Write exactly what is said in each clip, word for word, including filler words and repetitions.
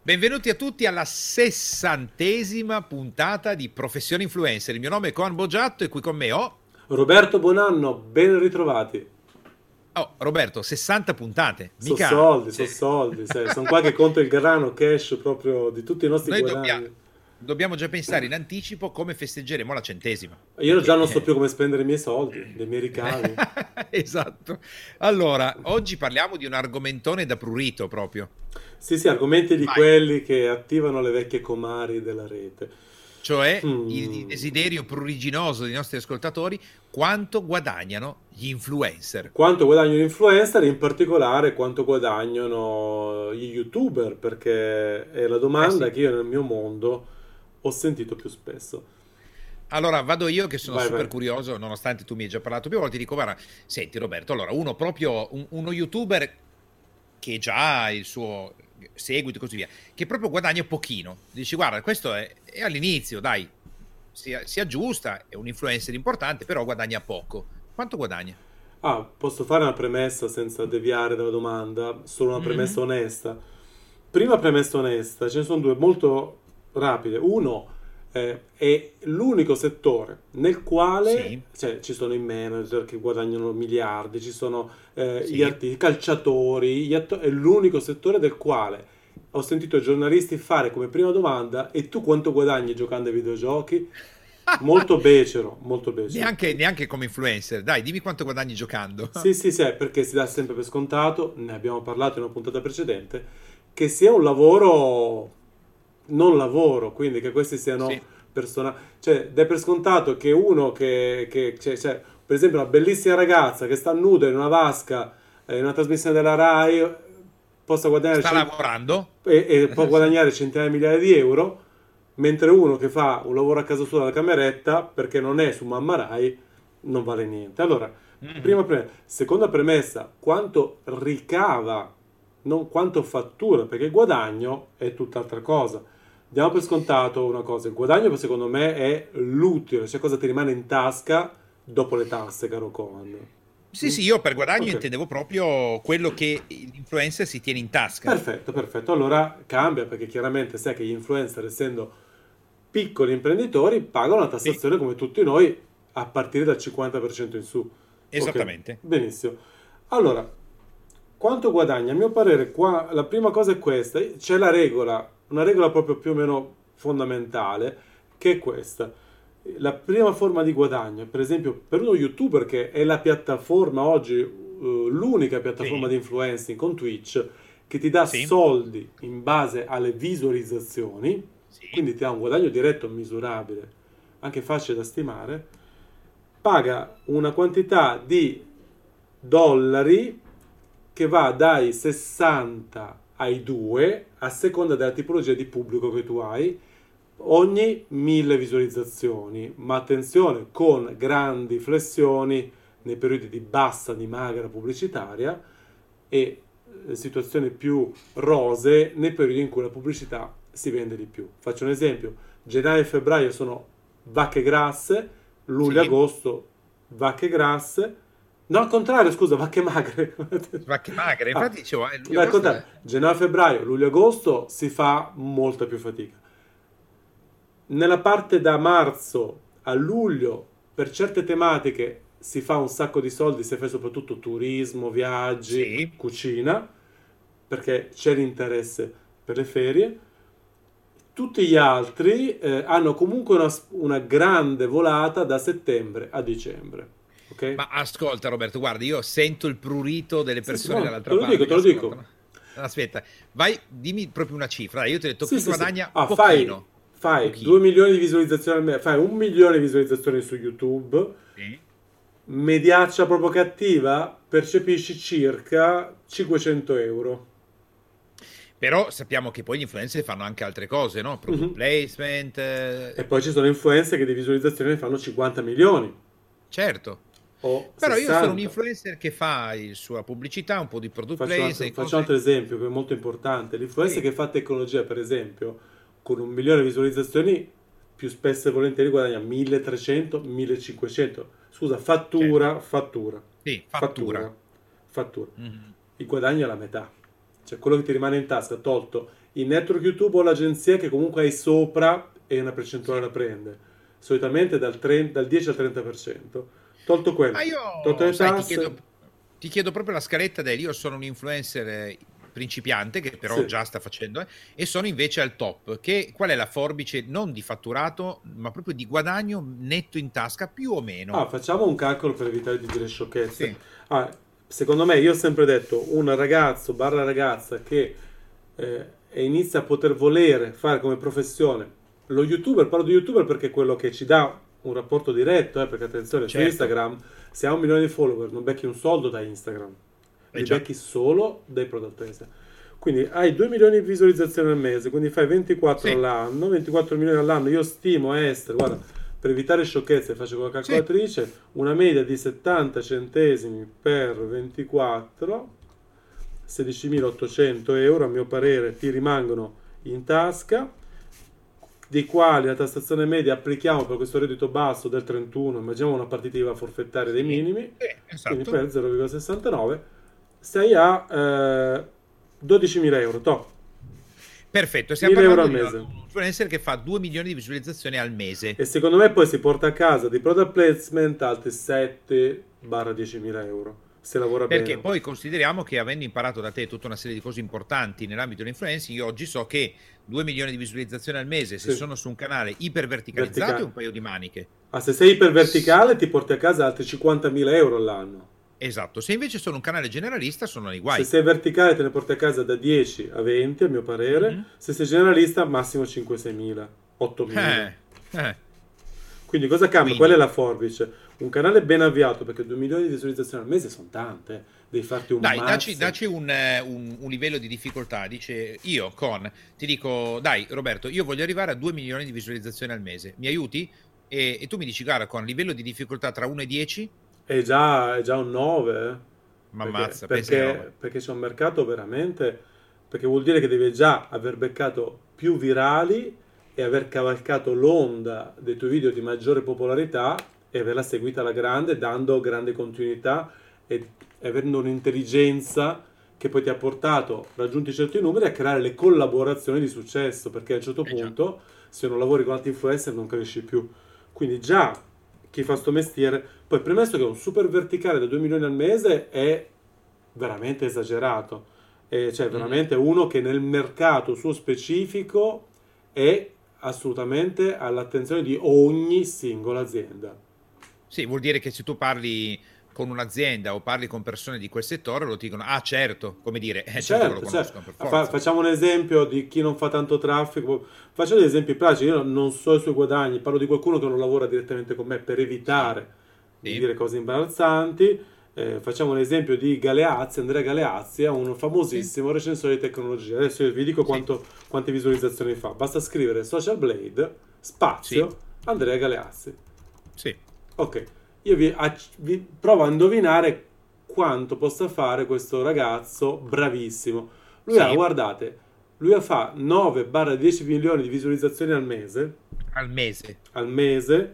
Benvenuti a tutti alla sessantesima puntata di Professione Influencer. Il mio nome è Coan Boggiatto e qui con me ho... Roberto Bonanno, ben ritrovati. Oh, Roberto, sessanta puntate. So Mica... soldi, so cioè, soldi, sai, sono qua che conto il grano cash proprio di tutti i nostri Noi dobbiamo, guadagni. dobbiamo già pensare in anticipo come festeggeremo la centesima. Io già Perché... non so più come spendere i miei soldi, dei miei ricavi. Esatto. Allora, oggi parliamo di un argomentone da prurito proprio. Sì, sì, argomenti di Vai. quelli che attivano le vecchie comari della rete. Cioè il Mm. desiderio pruriginoso dei nostri ascoltatori: quanto guadagnano gli influencer. Quanto guadagnano gli influencer, in particolare quanto guadagnano gli youtuber, perché è la Eh domanda sì. che io nel mio mondo ho sentito più spesso. Allora vado io che sono Vai, super vai. curioso, nonostante tu mi hai già parlato più volte. Dico, guarda, senti Roberto, allora uno proprio, un- uno youtuber che già ha il suo seguito e così via, che proprio guadagna pochino. Dici, guarda, questo è, è all'inizio, dai, si, si aggiusta, è un influencer importante, però guadagna poco. Quanto guadagna? Ah, posso fare una premessa senza deviare dalla domanda, solo una premessa Mhm. onesta. Prima premessa onesta, ce ne sono due molto rapide. Uno eh, è l'unico settore nel quale Sì, cioè, ci sono i manager che guadagnano miliardi, ci sono eh, gli sì. artisti, i calciatori, gli atto- è l'unico settore del quale ho sentito i giornalisti fare come prima domanda: e tu quanto guadagni giocando ai videogiochi? Molto becero, molto becero. Neanche, neanche come influencer. Dai, dimmi quanto guadagni giocando. Sì, sì, sì, perché si dà sempre per scontato, ne abbiamo parlato in una puntata precedente, che sia un lavoro non lavoro, quindi che questi siano Sì, persone, cioè dai per scontato che uno che, che cioè, cioè, per esempio una bellissima ragazza che sta nuda in una vasca eh, in una trasmissione della Rai possa guadagnare sta cent- lavorando. e, e può guadagnare centinaia di migliaia di euro, mentre uno che fa un lavoro a casa sua dalla cameretta perché non è su Mamma Rai non vale niente. Allora, Mhm. prima premessa. Seconda premessa, quanto ricava, non quanto fattura, perché il guadagno è tutt'altra cosa. Diamo per scontato una cosa, il guadagno secondo me è l'utile, cioè cosa ti rimane in tasca dopo le tasse, caro Conan. Sì, Mm? sì, io per guadagno Ok, intendevo proprio quello che l'influencer si tiene in tasca. perfetto, perfetto. Allora cambia perché chiaramente sai che gli influencer, essendo piccoli imprenditori, pagano una Sì, tassazione come tutti noi a partire dal cinquanta per cento in su. Ok, esattamente. benissimo. Allora, quanto guadagna? A mio parere, qua la prima cosa è questa. C'è la regola, una regola proprio più o meno fondamentale, che è questa. La prima forma di guadagno, per esempio, per uno YouTuber che è la piattaforma oggi, eh, l'unica piattaforma Sì, di influencing con Twitch, che ti dà sì, soldi in base alle visualizzazioni, sì, quindi ti dà un guadagno diretto misurabile, anche facile da stimare, paga una quantità di dollari che va dai sessanta ai due a seconda della tipologia di pubblico che tu hai ogni mille visualizzazioni, ma attenzione, con grandi flessioni nei periodi di bassa, di magra pubblicitaria e eh, situazioni più rose nei periodi in cui la pubblicità si vende di più. Faccio un esempio: gennaio e febbraio sono vacche grasse, luglio e sì. agosto vacche grasse, no, al contrario, scusa, vacche magre. Vacche magre. Ah, Infatti dicevo, eh, luglio no, al agosto contrario, è... gennaio, febbraio, luglio, agosto si fa molta più fatica. Nella parte da marzo a luglio, per certe tematiche si fa un sacco di soldi se fai soprattutto turismo, viaggi, Sì. cucina, perché c'è l'interesse per le ferie. Tutti gli altri eh, hanno comunque una, una grande volata da settembre a dicembre. Ok? Ma ascolta Roberto, guarda, io sento il prurito delle Sì, sì, persone no, te dall'altra lo dico, parte te che lo dico. ascoltano. Aspetta, vai, dimmi proprio una cifra. Dai, io ti ho detto Sì, chi sì, sì. guadagna Ah, fai, pochino. fai due Pochino. milioni di visualizzazioni al mese, fai un milione di visualizzazioni su YouTube, Sì. mediaccia proprio cattiva, percepisci circa cinquecento euro. Però sappiamo che poi gli influencer fanno anche altre cose, no? Product Mhm. placement, E eh, poi ci sono influencer che di visualizzazioni ne fanno cinquanta milioni certo. o Però io sono un sessanta. influencer che fa il sua pubblicità, un po' di product Faccio un altro, placement, faccio un cose... altro esempio che è molto importante. L'influencer Sì, che fa tecnologia, per esempio, con un milione di visualizzazioni, più spesso e volentieri guadagna milletrecento, millecinquecento. Scusa, certo. fattura, fattura, Sì, fattura. fattura, fattura. Mhm. Il guadagno è la metà. Cioè quello che ti rimane in tasca, tolto il network YouTube o l'agenzia che comunque hai sopra e una percentuale Sì. la prende. Solitamente dal, trenta, dal dieci al trenta per cento. Tolto quello, Ma tolto io, le sai, ti chiedo, tasse, ti chiedo proprio la scaletta del io sono un influencer eh, principiante che però sì. già sta facendo eh, e sono invece al top. Che, qual è la forbice non di fatturato, ma proprio di guadagno netto in tasca più o meno? Ah, facciamo un calcolo per evitare di dire sciocchezze. Sì, Ah, secondo me, io ho sempre detto, un ragazzo barra ragazza che eh, e inizia a poter volere fare come professione lo youtuber, parlo di youtuber perché è quello che ci dà un rapporto diretto, eh, perché attenzione, su certo. Instagram, se ha un milione di follower, non becchi un soldo da Instagram, Eh li già. becchi solo dai product placement. Quindi hai due milioni di visualizzazioni al mese, quindi fai ventiquattro Sì, all'anno, ventiquattro milioni all'anno, io stimo essere, guarda, per evitare sciocchezze faccio con la sì. calcolatrice, una media di settanta centesimi per ventiquattro, sedicimilaottocento euro a mio parere ti rimangono in tasca, dei quali la tassazione media applichiamo per questo reddito basso del trentuno, immaginiamo una partita I V A forfettaria dei Sì, minimi, sì, quindi esatto. fai il zero virgola sessantanove, stai a eh, dodicimila euro, to, Perfetto, stiamo mille euro parlando al di una- mese. un influencer che fa due milioni di visualizzazioni al mese. E secondo me poi si porta a casa di product placement altri sette diecimila euro, se lavora Perché bene. poi consideriamo che avendo imparato da te tutta una serie di cose importanti nell'ambito dell'influencing, io oggi so che due milioni di visualizzazioni al mese, se Sì, sono su un canale iperverticalizzato, è verticale. un paio di maniche. Ah, se sei S- iperverticale ti porti a casa altri cinquantamila euro all'anno. Esatto, se invece sono un canale generalista, sono nei Se guai. sei verticale te ne porti a casa da dieci a venti, a mio parere. Mhm. Se sei generalista, massimo cinque sei mila, ottomila. Eh, eh. Quindi cosa cambia? Qual è Quindi, la forbice? Un canale ben avviato, perché due milioni di visualizzazioni al mese sono tante, eh. Devi farti un dai, daci, mazzo. daci un, eh, un- un livello di difficoltà. Dice io con, ti dico, dai Roberto, io voglio arrivare a due milioni di visualizzazioni al mese, mi aiuti? E, e tu mi dici, guarda, con livello di difficoltà tra uno e dieci, È già, è già un nove, eh. ma Perché, ammazza, pensa che roba. perché, perché c'è un mercato veramente... Perché vuol dire che devi già aver beccato più virali e aver cavalcato l'onda dei tuoi video di maggiore popolarità e averla seguita alla grande, dando grande continuità e avendo un'intelligenza che poi ti ha portato, raggiunti certi numeri, a creare le collaborazioni di successo, perché a un certo Eh già. punto, se non lavori con altri influencer, non cresci più. Quindi già chi fa sto mestiere, poi premesso che un super verticale da due milioni al mese è veramente esagerato. Eh, cioè Mhm. veramente uno che nel mercato suo specifico è assolutamente all'attenzione di ogni singola azienda. Sì, vuol dire che se tu parli con un'azienda o parli con persone di quel settore, lo dicono, ah certo, come dire, eh, certo che lo Certo, certo. conoscono per Fa- forza. facciamo un esempio di chi non fa tanto traffico. Faccio degli esempi pratici. Io non so i suoi guadagni, parlo di qualcuno che non lavora direttamente con me per Sì, evitare di sì, dire cose imbarazzanti. Eh, facciamo un esempio di Galeazzi. Andrea Galeazzi è un sì, famosissimo recensore di tecnologia. Adesso io vi dico sì, quanto- quante visualizzazioni fa. Basta scrivere Social Blade, sì, spazio, Andrea Galeazzi. sì, Ok, io vi, acc- vi provo a indovinare quanto possa fare questo ragazzo bravissimo. Lui ha, sì, guardate, lui fa nove dieci milioni di visualizzazioni al mese, al mese. al mese,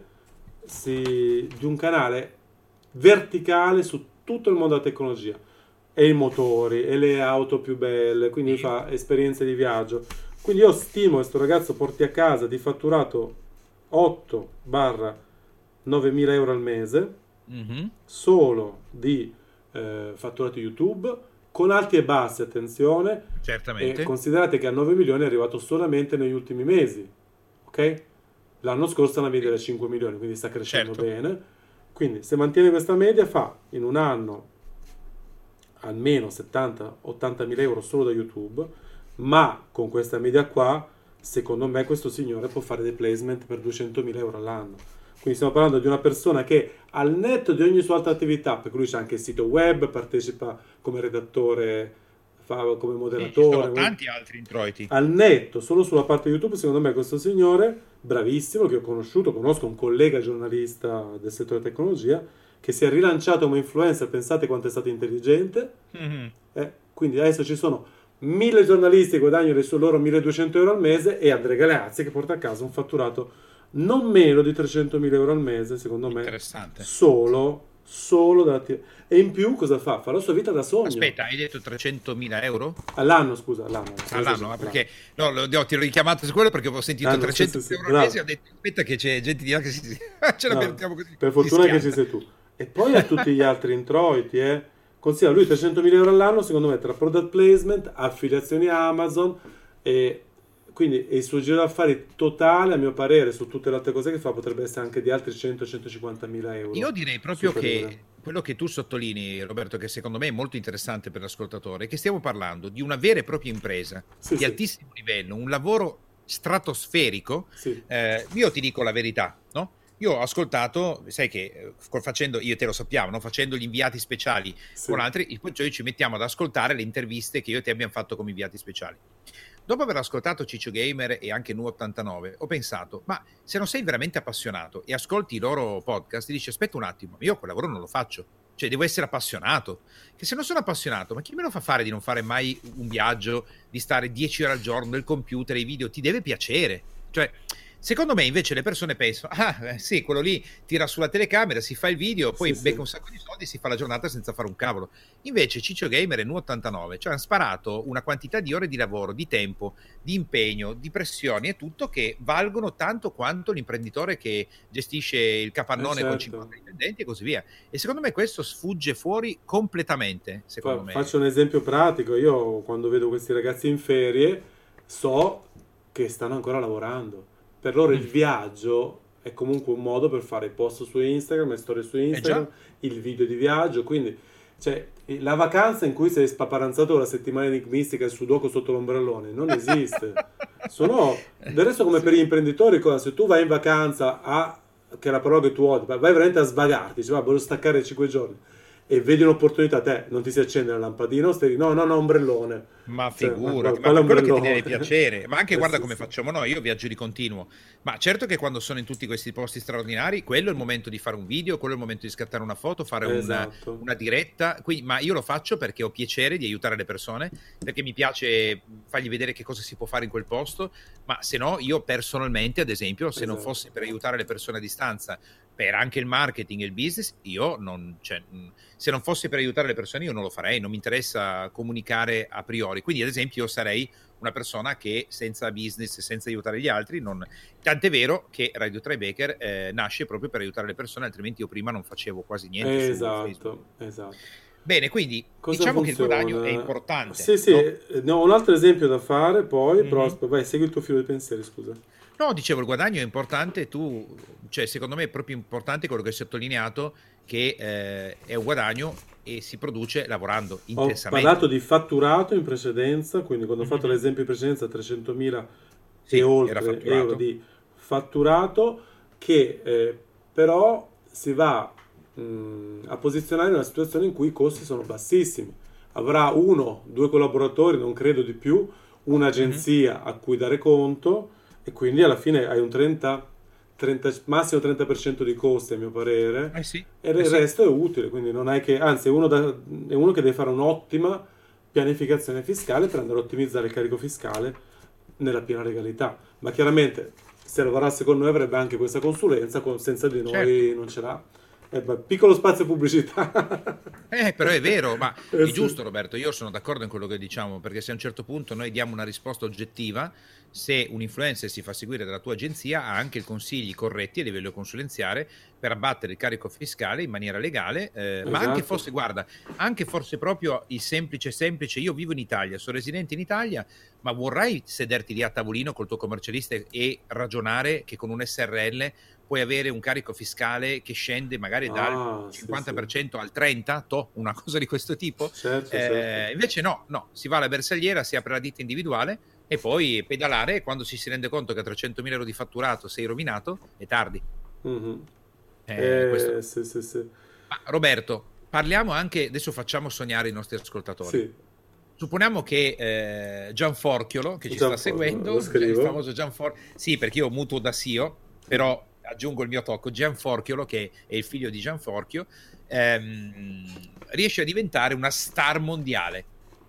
si- di un canale verticale su tutto il mondo della tecnologia. E i motori, e le auto più belle, quindi Sì. fa esperienze di viaggio. Quindi io stimo che questo ragazzo porti a casa di fatturato otto novemila euro al mese Mhm. solo di eh, fatturato YouTube, con alti e bassi, attenzione, e Certamente. considerate che a nove milioni è arrivato solamente negli ultimi mesi, ok? L'anno scorso ne Sì. aveva cinque milioni, quindi sta crescendo Certo. bene. Quindi se mantiene questa media fa in un anno almeno settanta ottanta mila euro solo da YouTube, ma con questa media qua, secondo me questo signore può fare dei placement per duecentomila euro all'anno. Quindi stiamo parlando di una persona che al netto di ogni sua altra attività, perché lui c'ha anche il sito web, partecipa come redattore, fa come Sì, ci sono moderatore, tanti altri introiti. al netto, solo sulla parte YouTube, secondo me questo signore, bravissimo, che ho conosciuto, conosco un collega giornalista del settore tecnologia, che si è rilanciato come influencer, pensate quanto è stato intelligente, Mhm. eh, quindi adesso ci sono mille giornalisti che guadagnano i loro milleduecento euro al mese e Andrea Galeazzi che porta a casa un fatturato non meno di trecentomila euro al mese, secondo me, Interessante. solo solo dalla T V. E in più cosa fa? Fa la sua vita da sogno. Aspetta, hai detto trecentomila euro? All'anno, scusa, all'anno. All'anno, ma perché no, lo, no, ti ho richiamato su quello perché ho sentito Ah, no, trecento sì, sì, sì. euro al mese e ho detto aspetta che c'è gente di là che si, ce la No, mettiamo così. per si fortuna che schianta. ci sei tu. E poi ha tutti gli altri introiti, eh. Considera lui trecentomila euro all'anno, secondo me, tra product placement, affiliazioni Amazon e quindi e il suo giro d'affari totale, a mio parere, su tutte le altre cose che fa, potrebbe essere anche di altri cento centocinquanta mila euro Io direi proprio superiore. che quello che tu sottolinei, Roberto, che secondo me è molto interessante per l'ascoltatore, è che stiamo parlando di una vera e propria impresa Sì, di sì, altissimo livello, un lavoro stratosferico. sì, Eh, io ti dico la verità, no? Io ho ascoltato, sai che eh, col- facendo, io e te lo sappiamo, no? Facendo gli inviati speciali con sì. altri, il- poi ci mettiamo ad ascoltare le interviste che io e te abbiamo fatto come inviati speciali. Dopo aver ascoltato Ciccio Gamer e anche Nu ottantanove, ho pensato, ma se non sei veramente appassionato e ascolti i loro podcast, ti dici, aspetta un attimo, io quel lavoro non lo faccio, cioè devo essere appassionato, che se non sono appassionato, ma chi me lo fa fare di non fare mai un viaggio, di stare dieci ore al giorno nel computer, i video, ti deve piacere, cioè... Secondo me invece le persone pensano, ah eh, sì, quello lì tira sulla telecamera, si fa il video, poi Sì, becca sì. un sacco di soldi e si fa la giornata senza fare un cavolo. Invece Ciccio Gamer e Nu ottantanove, cioè hanno sparato una quantità di ore di lavoro, di tempo, di impegno, di pressioni e tutto che valgono tanto quanto l'imprenditore che gestisce il Eh capannone con certo. cinquanta dipendenti e così via. E secondo me questo sfugge fuori completamente, secondo Fa- me. faccio un esempio pratico. Io quando vedo questi ragazzi in ferie so che stanno ancora lavorando. Per loro il Mm. viaggio è comunque un modo per fare post su Instagram, le storie su Eh Instagram, già, il video di viaggio. Quindi, cioè, la vacanza in cui sei spaparanzato con la settimana enigmistica e il sudoku sotto l'ombrellone non esiste. Sono, del resto, come per sì. gli imprenditori, cosa? Se tu vai in vacanza a, che è la parola che tu odi, vai veramente a svagarti, cioè, va, voglio staccare cinque giorni e vedi un'opportunità, te non ti si accende la lampadina o stai, no, no, no, ombrellone. Ma Cioè, ma figurati, qual- ma quale per quello che ti deve ombrellone? piacere, ma anche Eh guarda sì, come sì. facciamo noi, io viaggio di continuo, ma certo che quando sono in tutti questi posti straordinari, quello è il momento di fare un video, quello è il momento di scattare una foto, fare un- Esatto, una diretta, quindi, ma io lo faccio perché ho piacere di aiutare le persone, perché mi piace fargli vedere che cosa si può fare in quel posto, ma se no io personalmente, ad esempio, se non esatto. fosse per aiutare le persone a distanza, per anche il marketing e il business, io non, cioè, mh, se non fosse per aiutare le persone io non lo farei, non mi interessa comunicare a priori. Quindi, ad esempio, io sarei una persona che senza business, senza aiutare gli altri, non... tant'è vero che Radio Tribeca eh, nasce proprio per aiutare le persone, altrimenti io prima non facevo quasi niente su Facebook. Esatto, esatto. Bene, quindi Cosa diciamo che il guadagno è funziona? importante, Sì, sì, no? eh, ne ho un altro esempio da fare, poi, però, Mhm. asp- vai, segui il tuo filo di pensieri, scusa. No, dicevo, il guadagno è importante, tu, cioè, secondo me è proprio importante quello che hai sottolineato, che eh, è un guadagno e si produce lavorando Ho parlato intensamente. di fatturato in precedenza, quindi quando ho fatto Mhm. l'esempio in precedenza trecentomila e Sì, era oltre euro fatturato. di fatturato che eh, però si va mh, a posizionare in una situazione in cui i costi sono bassissimi. Avrà uno, due collaboratori, non credo di più, Mhm. un'agenzia a cui dare conto e quindi alla fine hai un trenta, trenta massimo trenta per cento di costi a mio parere Eh sì, e eh il sì. resto è utile, quindi non hai che, anzi è uno, da- è uno che deve fare un'ottima pianificazione fiscale per andare a ottimizzare il carico fiscale nella piena legalità. Ma chiaramente se lavorasse con noi avrebbe anche questa consulenza, con- senza di Certo. noi non ce l'ha. Eh, beh, piccolo spazio pubblicità. Eh, però è vero, ma Eh è sì, giusto Roberto, io sono d'accordo in quello che diciamo, perché se a un certo punto noi diamo una risposta oggettiva, se un influencer si fa seguire dalla tua agenzia ha anche i consigli corretti a livello consulenziale per abbattere il carico fiscale in maniera legale, eh, ma anche esatto. forse, guarda, anche forse proprio il semplice semplice, io vivo in Italia, sono residente in Italia, ma vorrai sederti lì a tavolino col tuo commercialista e ragionare che con un S R L puoi avere un carico fiscale che scende magari dal Ah, sì, cinquanta sì. per cento al trenta per cento, toh, una cosa di questo tipo. Certo, certo. Eh, invece no, no, si va alla bersagliera, si apre la ditta individuale e poi pedalare e quando ci si rende conto che a trecentomila euro di fatturato sei rovinato, è tardi. Mhm. Eh, questo. Eh, sì, sì, sì. Ma Roberto, parliamo anche, adesso facciamo sognare i nostri ascoltatori. Sì, Supponiamo che eh, Gianforchiolo, che ci sta Gianfranco, lo seguendo, Gia- il scrivo. famoso Gianforchiolo, sì, perché io mutuo da S I O, però aggiungo il mio tocco, Gianforchiolo, che è il figlio di Gianforchio, ehm, riesce a diventare una star mondiale.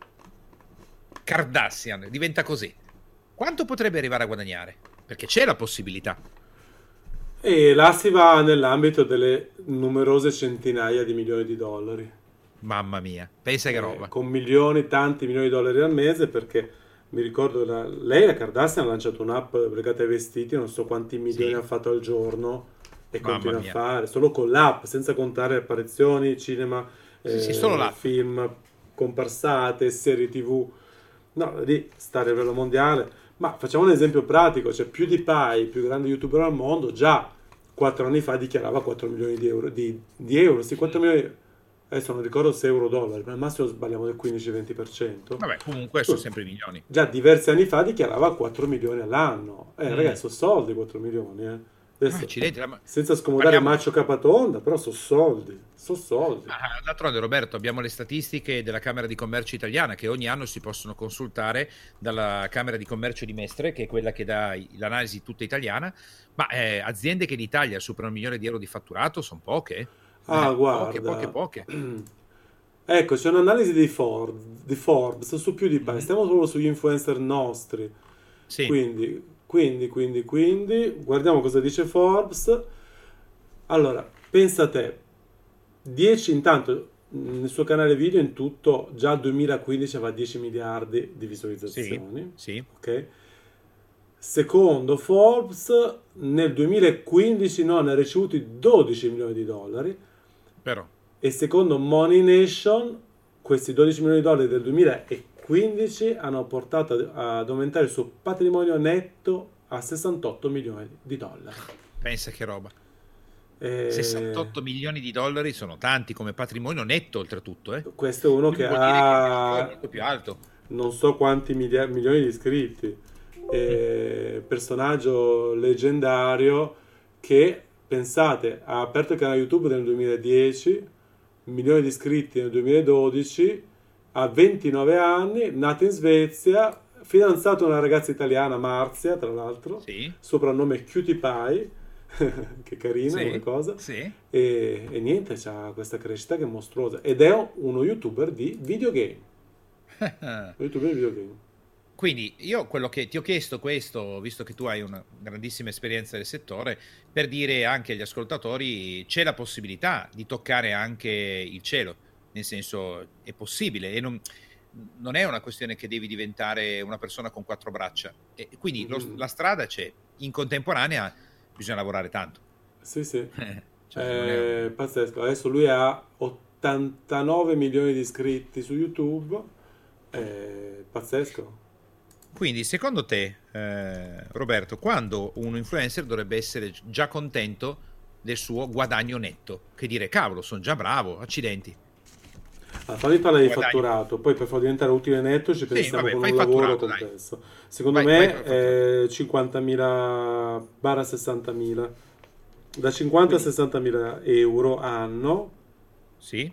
Kardashian diventa così. Quanto potrebbe arrivare a guadagnare? Perché c'è la possibilità. E là si va nell'ambito delle numerose centinaia di milioni di dollari. Mamma mia, pensa che Eh, roba. con milioni, tanti milioni di dollari al mese, perché mi ricordo, la- lei, la Kardashian, ha lanciato un'app legata ai vestiti, non so quanti milioni Sì, ha fatto al giorno e mamma continua a mia. fare, solo con l'app, senza contare apparizioni, cinema, Sì, sì, solo eh, l'app. film, comparsate, serie T V. No, lì sta a livello mondiale. Ma facciamo un esempio pratico, cioè PewDiePie, il più grande youtuber al mondo, già quattro anni fa dichiarava quattro milioni di euro, di, di euro, sì, quattro milioni, adesso non ricordo se euro o dollari, ma al massimo sbagliamo del quindici-venti per cento. Vabbè, comunque sono sempre milioni. Già diversi anni fa dichiarava quattro milioni all'anno. Eh, Mm. ragazzi, sono soldi quattro milioni, eh. Ah, Adesso, accidenti, la- senza scomodare parliamo. Maccio Capatonda, però sono soldi, sono soldi. Ma d'altronde, Roberto, abbiamo le statistiche della Camera di Commercio italiana che ogni anno si possono consultare dalla Camera di Commercio di Mestre, che è quella che dà i- l'analisi tutta italiana. Ma eh, aziende che in Italia superano un milione di euro di fatturato sono poche. Ah, Eh, poche, poche, guarda. poche. Ecco, c'è un'analisi di Forbes, di Forbes su PewDiePie, Mhm. stiamo solo sugli influencer nostri. Sì, Quindi, quindi, quindi, quindi, guardiamo cosa dice Forbes. Allora, pensa a te, dieci intanto mh, nel suo canale video in tutto già al duemilaquindici aveva dieci miliardi di sì, visualizzazioni, sì, ok? Secondo Forbes nel duemilaquindici no, ne ha ricevuti dodici milioni di dollari però. e secondo Money Nation questi dodici milioni di dollari del duemilaquindici hanno portato ad ad aumentare il suo patrimonio netto a sessantotto milioni di dollari. Pensa che roba. E sessantotto milioni di dollari sono tanti come patrimonio netto, oltretutto, eh? questo è uno Quindi che vuol dire che il suo è ha molto più alto. non so quanti milia- milioni di iscritti. Mm. E personaggio leggendario che, pensate, ha aperto il canale YouTube nel duemiladieci, milioni di iscritti nel duemiladodici, ha ventinove anni, nato in Svezia, fidanzato a una ragazza italiana, Marzia, tra l'altro, Sì, soprannome Cutie Pie, che carina come sì, cosa, sì. e, e niente, c'ha questa crescita che è mostruosa, ed è uno youtuber di videogame, un youtuber di videogame. Quindi io quello che ti ho chiesto questo, visto che tu hai una grandissima esperienza del settore, per dire anche agli ascoltatori c'è la possibilità di toccare anche il cielo, nel senso è possibile e non, non è una questione che devi diventare una persona con quattro braccia. E quindi lo- Mhm. la strada c'è, in contemporanea bisogna lavorare tanto. Sì, sì. Cioè, non è un- È pazzesco. Adesso lui ha ottantanove milioni di iscritti su YouTube. È pazzesco. Quindi, secondo te, eh, Roberto, quando un influencer dovrebbe essere già contento del suo guadagno netto? Che dire, cavolo, sono già bravo, accidenti. Allora, fammi parlare di Guadagno. fatturato, poi per farlo diventare utile netto ci Sì, pensiamo vabbè, con fai un lavoro fatturato, dai. complesso. Secondo Vai, vai per me fatturato. è cinquantamila barra sessantamila. Da cinquanta a Quindi, sessantamila euro anno sì,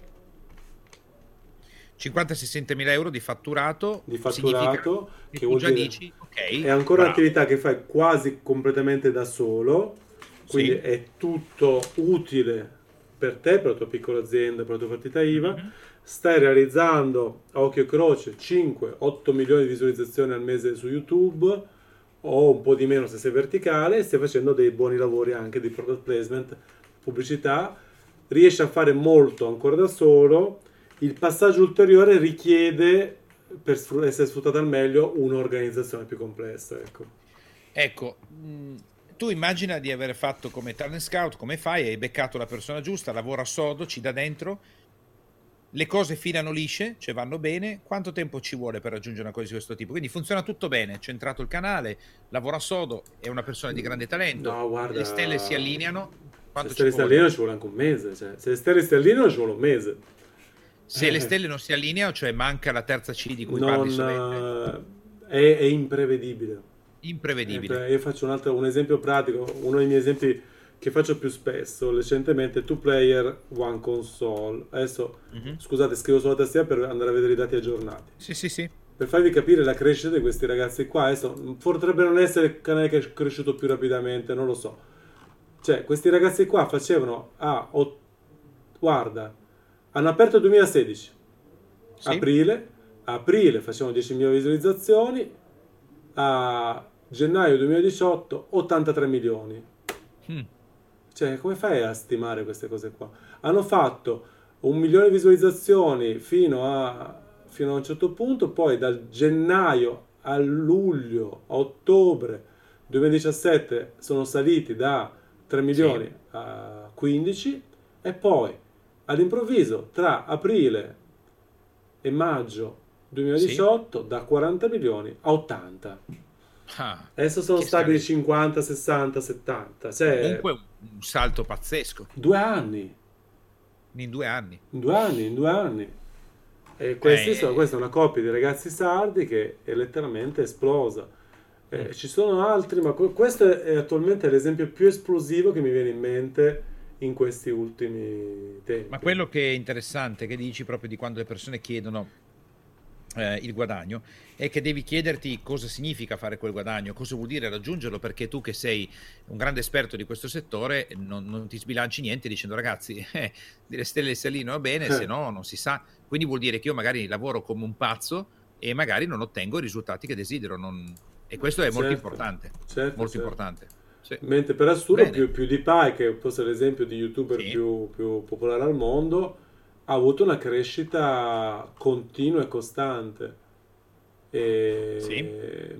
cinquanta-sessanta mila euro di fatturato di significa fatturato, che che tu vuol già dire dici, è ok, ancora bravo, un'attività che fai quasi completamente da solo, quindi sì. è tutto utile per te, per la tua piccola azienda, per la tua partita IVA. Mhm. Stai realizzando a occhio e croce cinque otto milioni di visualizzazioni al mese su YouTube o un po' di meno se sei verticale, e stai facendo dei buoni lavori anche di product placement, pubblicità, riesci a fare molto ancora da solo. Il passaggio ulteriore richiede, per sfru- essere sfruttata al meglio, un'organizzazione più complessa, ecco. Ecco, mh, tu immagina di aver fatto come talent scout, come fai? Hai beccato la persona giusta, lavora sodo, ci dà dentro, le cose filano lisce, cioè vanno bene. Quanto tempo ci vuole per raggiungere una cosa di questo tipo? Quindi funziona tutto bene, centrato il canale, lavora sodo, è una persona di grande talento, No, le stelle si guarda, allineano, se le quanto ci stelle può si allineano volere? ci vuole anche un mese, cioè, se le stelle si allineano ci vuole un mese. Se le stelle non si allineano, cioè manca la terza C di cui parli Non, sovente, eh, è, è imprevedibile. È imprevedibile. impre- io faccio un altro un esempio pratico, uno dei miei esempi che faccio più spesso recentemente: two player, one console. Adesso Mhm. scusate, scrivo sulla tastiera per andare a vedere i dati aggiornati, Sì, sì, sì. per farvi capire la crescita di questi ragazzi qua. Adesso potrebbe non essere il canale che è cresciuto più rapidamente, non lo so. Cioè, questi ragazzi qua facevano a ot- guarda, hanno aperto il duemilasedici, Sì. aprile, a aprile facevano diecimila visualizzazioni, a gennaio duemiladiciotto ottantatré milioni. Mm. Cioè, come fai a stimare queste cose qua? Hanno fatto un milione di visualizzazioni fino a, fino a un certo punto, poi dal gennaio a luglio, a ottobre duemiladiciassette sono saliti da tre Sì, milioni a quindici e poi all'improvviso tra aprile e maggio sì. duemiladiciotto da quaranta milioni a ottanta. Ah, Adesso sono che stabili scale. cinquanta, sessanta, settanta. Cioè, Comunque un, un salto pazzesco due anni. in due anni. In due anni, in due anni. E questi sono, Eh, questa è una coppia di ragazzi sardi che è letteralmente esplosa. mm. Eh, ci sono altri, ma que- questo è, è attualmente l'esempio più esplosivo che mi viene in mente in questi ultimi Ma tempi. quello che è interessante che dici proprio di quando le persone chiedono eh, il guadagno è che devi chiederti cosa significa fare quel guadagno, cosa vuol dire raggiungerlo, perché tu che sei un grande esperto di questo settore non, non ti sbilanci niente dicendo ragazzi, eh, dire stelle e salino va bene, se no non si sa. Quindi vuol dire che io magari lavoro come un pazzo e magari non ottengo i risultati che desidero. Non... E questo è molto Certo, importante, certo, molto certo. importante. Sì. Mentre per assurdo Bene, più, PewDiePie, che fosse l'esempio di YouTuber sì, più, più popolare al mondo, ha avuto una crescita continua e costante. sì, E,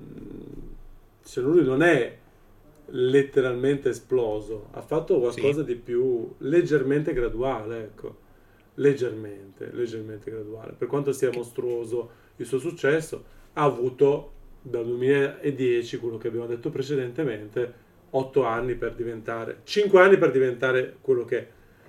cioè lui non è letteralmente esploso, ha fatto sì. qualcosa di più leggermente graduale, ecco, leggermente, leggermente graduale. Per quanto sia Che- mostruoso il suo successo, ha avuto dal duemiladieci, quello che abbiamo detto precedentemente, otto anni per diventare, cinque anni per diventare quello che è.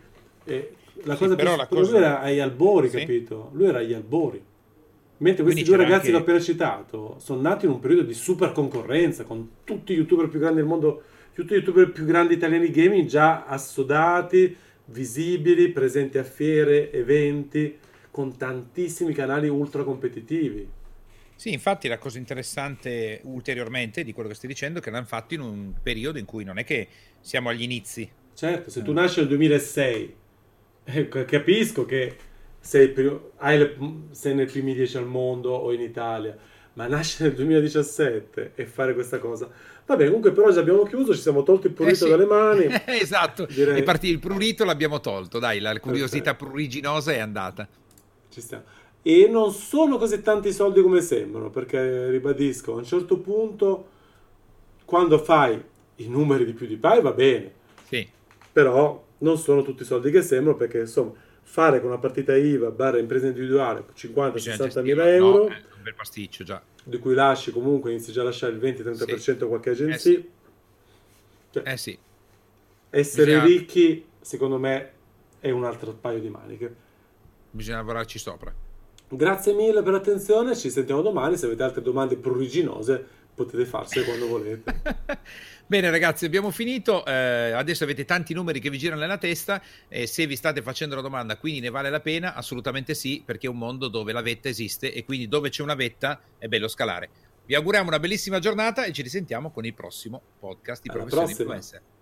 E la Sì, cosa più però la stupida, lui cosa... era agli albori, Sì? capito? Lui era agli albori. Mentre questi Quindi due c'era ragazzi che ho anche... appena citato sono nati in un periodo di super concorrenza con tutti gli youtuber più grandi del mondo, tutti gli youtuber più grandi italiani di gaming già assodati, visibili, presenti a fiere, eventi, con tantissimi canali ultra competitivi. Sì, infatti la cosa interessante ulteriormente di quello che stai dicendo è che l'hanno fatto in un periodo in cui non è che siamo agli inizi. Certo, se tu Eh, nasci nel duemilasei, eh, capisco che sei, pri- hai le- sei nei primi dieci al mondo o in Italia, ma nascere nel duemiladiciassette e fare questa cosa. Vabbè, comunque però già abbiamo chiuso, ci siamo tolti il eh prurito sì, dalle mani, esatto. E direi partì il prurito l'abbiamo tolto, dai, la curiosità perfetto, pruriginosa è andata. ci stiamo. E non sono così tanti soldi come sembrano, perché ribadisco, a un certo punto, quando fai i numeri di più di PewDiePie va bene, Sì, però non sono tutti i soldi che sembrano perché insomma fare con una partita I V A barra impresa individuale bisogna cinquanta-sessanta mila gestirlo. No, euro, è un bel pasticcio già. di cui lasci comunque, inizi già a lasciare il Sì, venti-trenta per cento a qualche eh sì, agenzia, cioè eh sì. essere Bisogna, ricchi secondo me è un altro paio di maniche. bisogna lavorarci sopra. Grazie mille per l'attenzione, ci sentiamo domani, se avete altre domande pruriginose potete farsele quando volete. Bene ragazzi, abbiamo finito. Eh, adesso avete tanti numeri che vi girano nella testa. E se vi state facendo la domanda, quindi ne vale la pena? Assolutamente sì, perché è un mondo dove la vetta esiste e quindi dove c'è una vetta è bello scalare. Vi auguriamo una bellissima giornata e ci risentiamo con il prossimo podcast di Alla Professione prossima! Influencer.